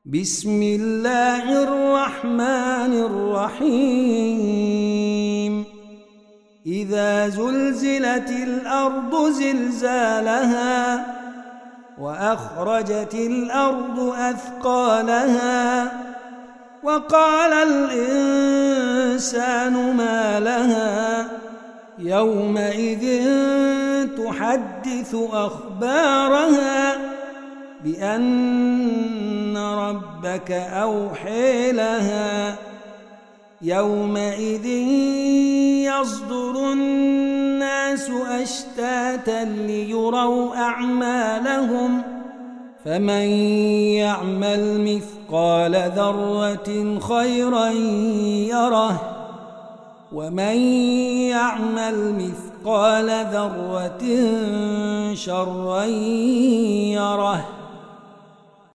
بسم الله الرحمن الرحيم إذا زلزلت الأرض زلزالها وأخرجت الأرض أثقالها وقال الإنسان ما لها يومئذ تحدث أخبارها بأن ربك أوحي لها يومئذ يصدر الناس أشتاتا ليروا أعمالهم فمن يعمل مثقال ذرة خيرا يره ومن يعمل مثقال ذرة شرا يره